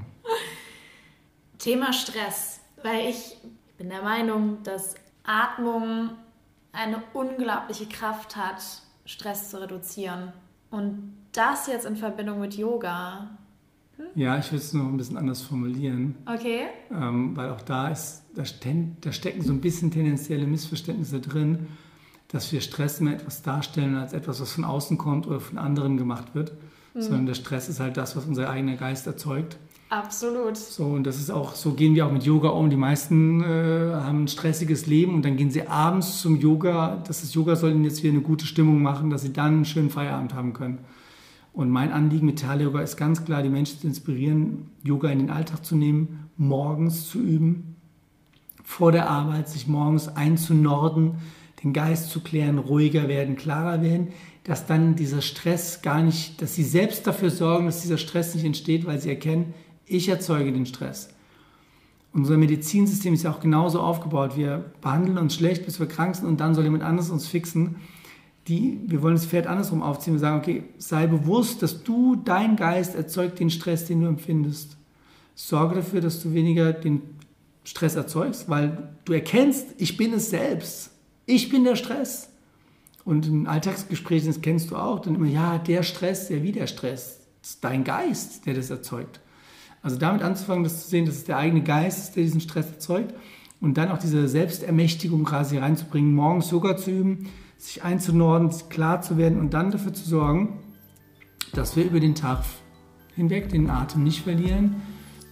Thema Stress, weil ich bin der Meinung, dass Atmung eine unglaubliche Kraft hat, Stress zu reduzieren. Und das jetzt in Verbindung mit Yoga. Ja, ich will es noch ein bisschen anders formulieren. Okay. Weil auch da stecken so ein bisschen tendenzielle Missverständnisse drin, dass wir Stress immer etwas darstellen als etwas, was von außen kommt oder von anderen gemacht wird. Sondern der Stress ist halt das, was unser eigener Geist erzeugt. Absolut. So, und das ist auch, so gehen wir auch mit Yoga um. Die meisten haben ein stressiges Leben und dann gehen sie abends zum Yoga. Das Yoga soll ihnen jetzt wieder eine gute Stimmung machen, dass sie dann einen schönen Feierabend haben können. Und mein Anliegen mit Thala Yoga ist ganz klar, die Menschen zu inspirieren, Yoga in den Alltag zu nehmen, morgens zu üben, vor der Arbeit sich morgens einzunorden, den Geist zu klären, ruhiger werden, klarer werden, dass dann dieser Stress gar nicht, dass sie selbst dafür sorgen, dass dieser Stress nicht entsteht, weil sie erkennen, ich erzeuge den Stress. Unser Medizinsystem ist ja auch genauso aufgebaut. Wir behandeln uns schlecht, bis wir krank sind und dann soll jemand anderes uns fixen. Wir wollen das Pferd andersrum aufziehen. Wir sagen, okay, sei bewusst, dass dein Geist erzeugt den Stress, den du empfindest. Sorge dafür, dass du weniger den Stress erzeugst, weil du erkennst, ich bin es selbst. Ich bin der Stress. Und in Alltagsgesprächen, das kennst du auch, dann immer, ja, der Stress, ja, wie der Stress. Das ist dein Geist, der das erzeugt. Also damit anzufangen, das zu sehen, dass es der eigene Geist ist, der diesen Stress erzeugt. Und dann auch diese Selbstermächtigung quasi reinzubringen, morgens Yoga zu üben, sich einzunorden, sich klar zu werden und dann dafür zu sorgen, dass wir über den Tag hinweg den Atem nicht verlieren.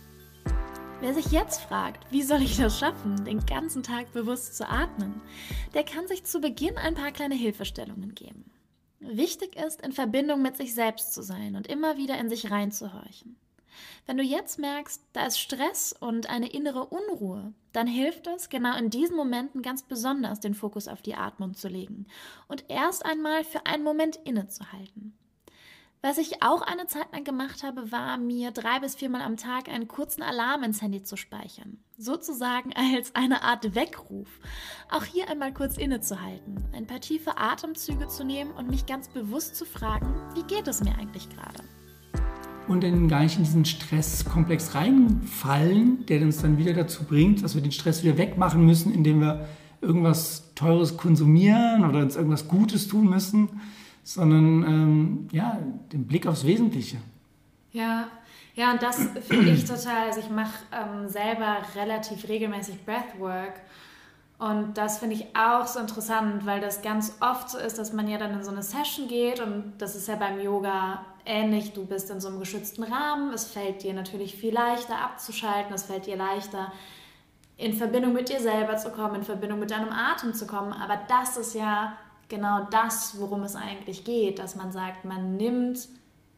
Wer sich jetzt fragt, wie soll ich das schaffen, den ganzen Tag bewusst zu atmen, der kann sich zu Beginn ein paar kleine Hilfestellungen geben. Wichtig ist, in Verbindung mit sich selbst zu sein und immer wieder in sich reinzuhorchen. Wenn du jetzt merkst, da ist Stress und eine innere Unruhe, dann hilft es, genau in diesen Momenten ganz besonders den Fokus auf die Atmung zu legen und erst einmal für einen Moment innezuhalten. Was ich auch eine Zeit lang gemacht habe, war, mir 3 bis 4 Mal am Tag einen kurzen Alarm ins Handy zu speichern. Sozusagen als eine Art Weckruf. Auch hier einmal kurz innezuhalten, ein paar tiefe Atemzüge zu nehmen und mich ganz bewusst zu fragen, wie geht es mir eigentlich gerade? Und dann gar nicht in diesen Stresskomplex reinfallen, der uns dann wieder dazu bringt, dass wir den Stress wieder wegmachen müssen, indem wir irgendwas Teures konsumieren oder uns irgendwas Gutes tun müssen, sondern den Blick aufs Wesentliche. Ja, und das finde ich total, also ich mache selber relativ regelmäßig Breathwork und das finde ich auch so interessant, weil das ganz oft so ist, dass man ja dann in so eine Session geht und das ist ja beim Yoga ähnlich, du bist in so einem geschützten Rahmen, es fällt dir natürlich viel leichter abzuschalten, es fällt dir leichter in Verbindung mit dir selber zu kommen, in Verbindung mit deinem Atem zu kommen, aber das ist ja genau das, worum es eigentlich geht, dass man sagt, man nimmt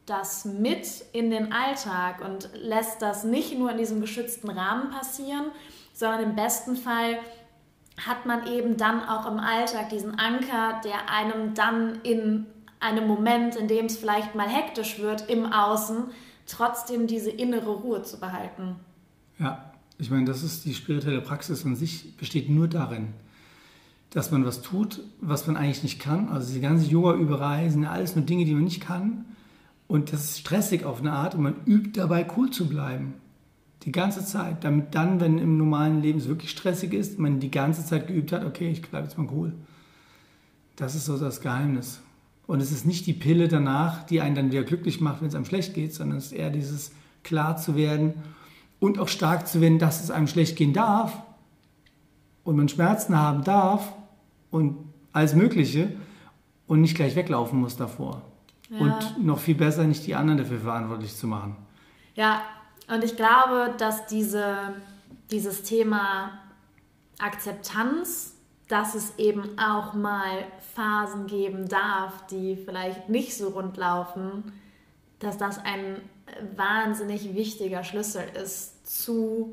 das mit in den Alltag und lässt das nicht nur in diesem geschützten Rahmen passieren, sondern im besten Fall hat man eben dann auch im Alltag diesen Anker, der einem dann in einem Moment, in dem es vielleicht mal hektisch wird, im Außen, trotzdem diese innere Ruhe zu behalten. Ja, ich meine, das ist die spirituelle Praxis an sich, besteht nur darin, dass man was tut, was man eigentlich nicht kann. Also die ganze Yoga-Überei sind ja alles nur Dinge, die man nicht kann. Und das ist stressig auf eine Art und man übt dabei, cool zu bleiben. Die ganze Zeit. Damit dann, wenn im normalen Leben es wirklich stressig ist, man die ganze Zeit geübt hat, okay, ich bleibe jetzt mal cool. Das ist so das Geheimnis. Und es ist nicht die Pille danach, die einen dann wieder glücklich macht, wenn es einem schlecht geht, sondern es ist eher dieses klar zu werden und auch stark zu werden, dass es einem schlecht gehen darf und man Schmerzen haben darf und alles Mögliche und nicht gleich weglaufen muss davor. Ja. Und noch viel besser, nicht die anderen dafür verantwortlich zu machen. Ja, und ich glaube, dass dieses Thema Akzeptanz, dass es eben auch mal Phasen geben darf, die vielleicht nicht so rund laufen, dass das ein wahnsinnig wichtiger Schlüssel ist zu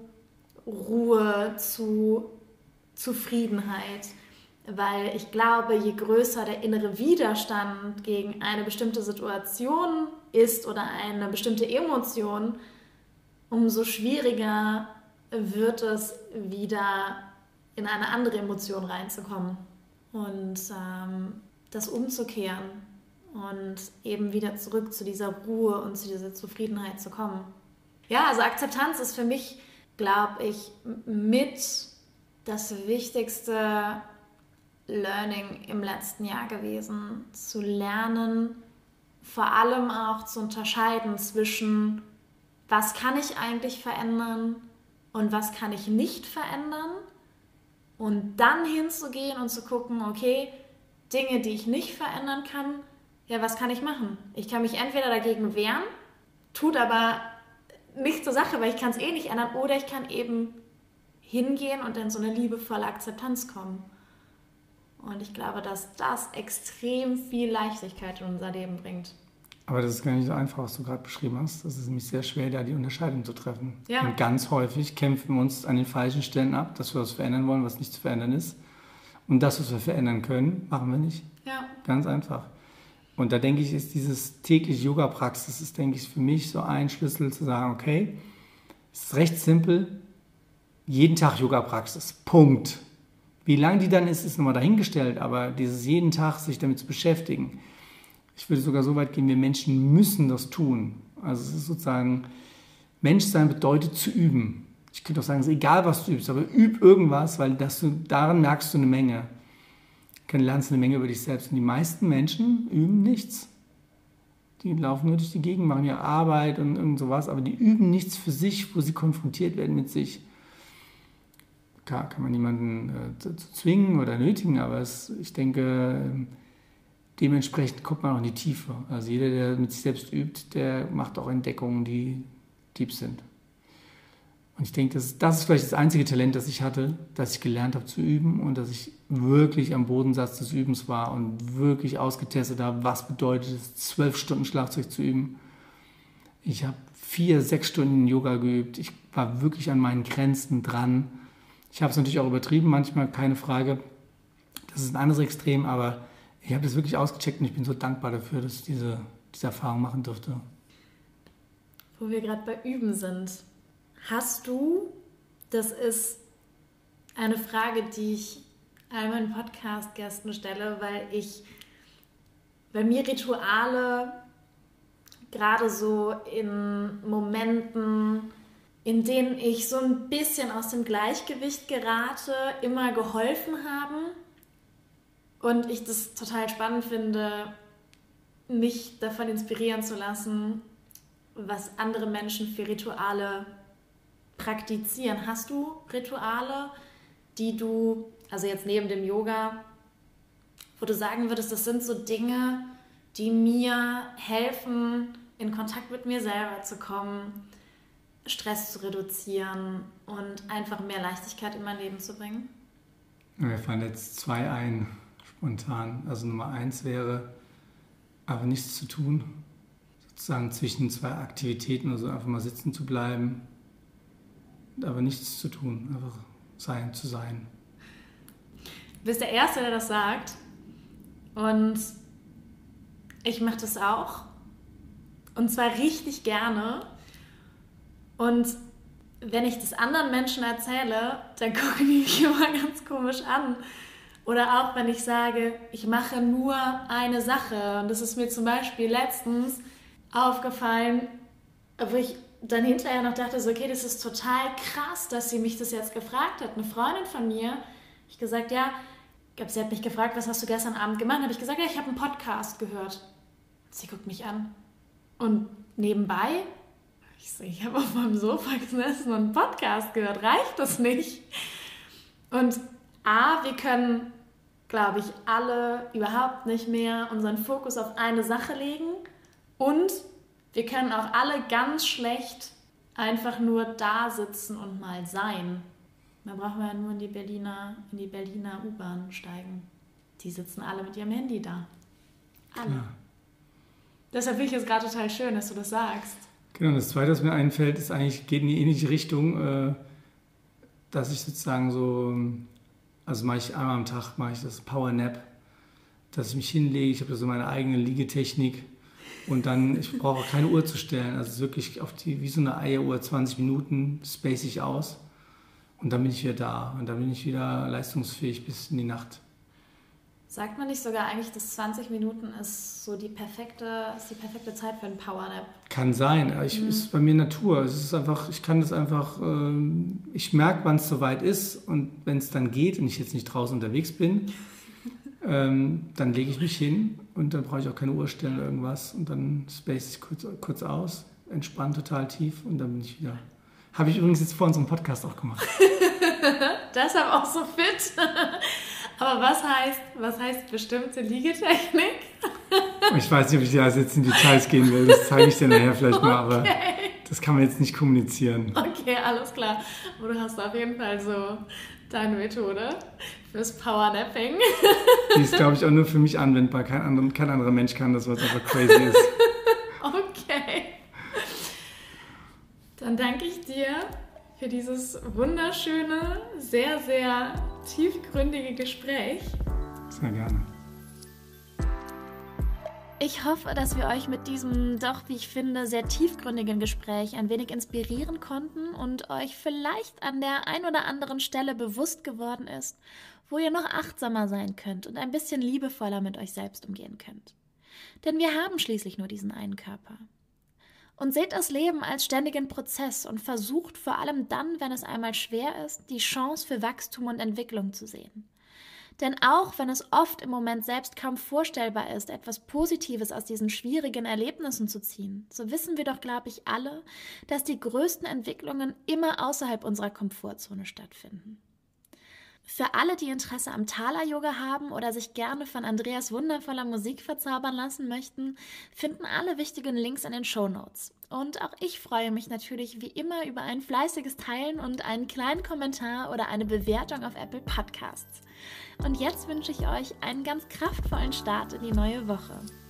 Ruhe, zu Zufriedenheit. Weil ich glaube, je größer der innere Widerstand gegen eine bestimmte Situation ist oder eine bestimmte Emotion, umso schwieriger wird es, wieder in eine andere Emotion reinzukommen und das umzukehren und eben wieder zurück zu dieser Ruhe und zu dieser Zufriedenheit zu kommen. Ja, also Akzeptanz ist für mich, glaube ich, mit das wichtigste Learning im letzten Jahr gewesen, zu lernen, vor allem auch zu unterscheiden zwischen, was kann ich eigentlich verändern und was kann ich nicht verändern und dann hinzugehen und zu gucken, okay, Dinge, die ich nicht verändern kann, ja, was kann ich machen? Ich kann mich entweder dagegen wehren, tut aber nichts zur Sache, weil ich kann es eh nicht ändern, oder ich kann eben hingehen und in so eine liebevolle Akzeptanz kommen. Und ich glaube, dass das extrem viel Leichtigkeit in unser Leben bringt. Aber das ist gar nicht so einfach, was du gerade beschrieben hast. Das ist nämlich sehr schwer, da die Unterscheidung zu treffen. Ja. Und ganz häufig kämpfen wir uns an den falschen Stellen ab, dass wir was verändern wollen, was nicht zu verändern ist. Und das, was wir verändern können, machen wir nicht. Ja. Ganz einfach. Und da denke ich, ist dieses tägliche Yoga-Praxis, ist, denke ich, für mich so ein Schlüssel zu sagen, okay, es ist recht simpel, jeden Tag Yoga-Praxis, Punkt. Wie lang die dann ist nochmal dahingestellt, aber dieses jeden Tag sich damit zu beschäftigen. Ich würde sogar so weit gehen, wir Menschen müssen das tun. Also es ist sozusagen, Menschsein bedeutet zu üben. Ich könnte auch sagen, es ist egal, was du übst, aber üb irgendwas, weil daran merkst du eine Menge. Du lernst eine Menge über dich selbst. Und die meisten Menschen üben nichts. Die laufen nur durch die Gegend, machen ihre Arbeit und irgend sowas, aber die üben nichts für sich, wo sie konfrontiert werden mit sich. Klar, kann man niemanden zu zwingen oder nötigen, aber ich denke, dementsprechend kommt man auch in die Tiefe. Also jeder, der mit sich selbst übt, der macht auch Entdeckungen, die deep sind. Und ich denke, das ist vielleicht das einzige Talent, das ich hatte, dass ich gelernt habe zu üben und dass ich wirklich am Bodensatz des Übens war und wirklich ausgetestet habe, was bedeutet es, 12 Stunden Schlagzeug zu üben. Ich habe 4-6 Stunden Yoga geübt. Ich war wirklich an meinen Grenzen dran. Ich habe es natürlich auch übertrieben, manchmal, keine Frage. Das ist ein anderes Extrem, aber ich habe das wirklich ausgecheckt und ich bin so dankbar dafür, dass ich diese Erfahrung machen durfte. Wo wir gerade bei Üben sind, hast du, das ist eine Frage, die ich all meinen Podcast-Gästen stelle, weil mir Rituale gerade so in Momenten, in denen ich so ein bisschen aus dem Gleichgewicht gerate, immer geholfen haben. Und ich das total spannend finde, mich davon inspirieren zu lassen, was andere Menschen für Rituale praktizieren. Hast du Rituale, die du, also jetzt neben dem Yoga, wo du sagen würdest, das sind so Dinge, die mir helfen, in Kontakt mit mir selber zu kommen, Stress zu reduzieren und einfach mehr Leichtigkeit in mein Leben zu bringen? Mir fallen jetzt 2 ein, spontan. Also Nummer 1 wäre, aber nichts zu tun. sozusagen zwischen zwei Aktivitäten oder so einfach mal sitzen zu bleiben, aber nichts zu tun, einfach zu sein. Du bist der Erste, der das sagt. Und ich mache das auch. Und zwar richtig gerne. Und wenn ich das anderen Menschen erzähle, dann gucken die mich immer ganz komisch an. Oder auch, wenn ich sage, ich mache nur eine Sache. Und das ist mir zum Beispiel letztens aufgefallen, wo ich dann hinterher noch dachte, so, okay, das ist total krass, dass sie mich das jetzt gefragt hat. Eine Freundin von mir, ich gesagt, ja, sie hat mich gefragt, was hast du gestern Abend gemacht? Habe ich gesagt, ja, ich habe einen Podcast gehört. Sie guckt mich an. Und nebenbei, ich habe auf meinem Sofa gesessen und einen Podcast gehört. Reicht das nicht? Und wir können, glaube ich, alle überhaupt nicht mehr unseren Fokus auf eine Sache legen. Und wir können auch alle ganz schlecht einfach nur da sitzen und mal sein. Da brauchen wir ja nur in die Berliner U-Bahn steigen. Die sitzen alle mit ihrem Handy da. Alle. Ja. Deshalb finde ich es gerade total schön, dass du das sagst. Genau, das Zweite, was mir einfällt, ist eigentlich, geht in die ähnliche Richtung, dass ich sozusagen so, also mache ich einmal am Tag, das Power Nap, dass ich mich hinlege, ich habe so meine eigene Liegetechnik und dann, ich brauche auch keine Uhr zu stellen, also es ist wirklich wie so eine Eieruhr, 20 Minuten space ich aus und dann bin ich wieder da und dann bin ich wieder leistungsfähig bis in die Nacht. Sagt man nicht sogar eigentlich, dass 20 Minuten ist so die perfekte Zeit für einen Powernap? Kann sein. Ist bei mir Natur. Es ist einfach, ich kann das einfach, ich merke, wann es soweit ist und wenn es dann geht und ich jetzt nicht draußen unterwegs bin, dann lege ich mich hin und dann brauche ich auch keine Uhr stellen oder irgendwas und dann space ich kurz aus, entspanne total tief und dann bin ich wieder. Habe ich übrigens jetzt vor unserem Podcast auch gemacht. Deshalb auch so fit. Aber was heißt bestimmte Liegetechnik? Ich weiß nicht, ob ich da jetzt in Details gehen will. Das zeige ich dir nachher vielleicht mal, aber das kann man jetzt nicht kommunizieren. Okay, alles klar. Aber du hast auf jeden Fall so deine Methode fürs Powernapping. Die ist, glaube ich, auch nur für mich anwendbar. Kein anderer Mensch kann das, was einfach crazy ist. Okay. Dann danke ich dir für dieses wunderschöne, sehr, sehr tiefgründige Gespräch. Sehr gerne. Ich hoffe, dass wir euch mit diesem doch, wie ich finde, sehr tiefgründigen Gespräch ein wenig inspirieren konnten und euch vielleicht an der ein oder anderen Stelle bewusst geworden ist, wo ihr noch achtsamer sein könnt und ein bisschen liebevoller mit euch selbst umgehen könnt. Denn wir haben schließlich nur diesen einen Körper. Und seht das Leben als ständigen Prozess und versucht vor allem dann, wenn es einmal schwer ist, die Chance für Wachstum und Entwicklung zu sehen. Denn auch wenn es oft im Moment selbst kaum vorstellbar ist, etwas Positives aus diesen schwierigen Erlebnissen zu ziehen, so wissen wir doch, glaube ich, alle, dass die größten Entwicklungen immer außerhalb unserer Komfortzone stattfinden. Für alle, die Interesse am Thala-Yoga haben oder sich gerne von Andreas wundervoller Musik verzaubern lassen möchten, finden alle wichtigen Links in den Shownotes. Und auch ich freue mich natürlich wie immer über ein fleißiges Teilen und einen kleinen Kommentar oder eine Bewertung auf Apple Podcasts. Und jetzt wünsche ich euch einen ganz kraftvollen Start in die neue Woche.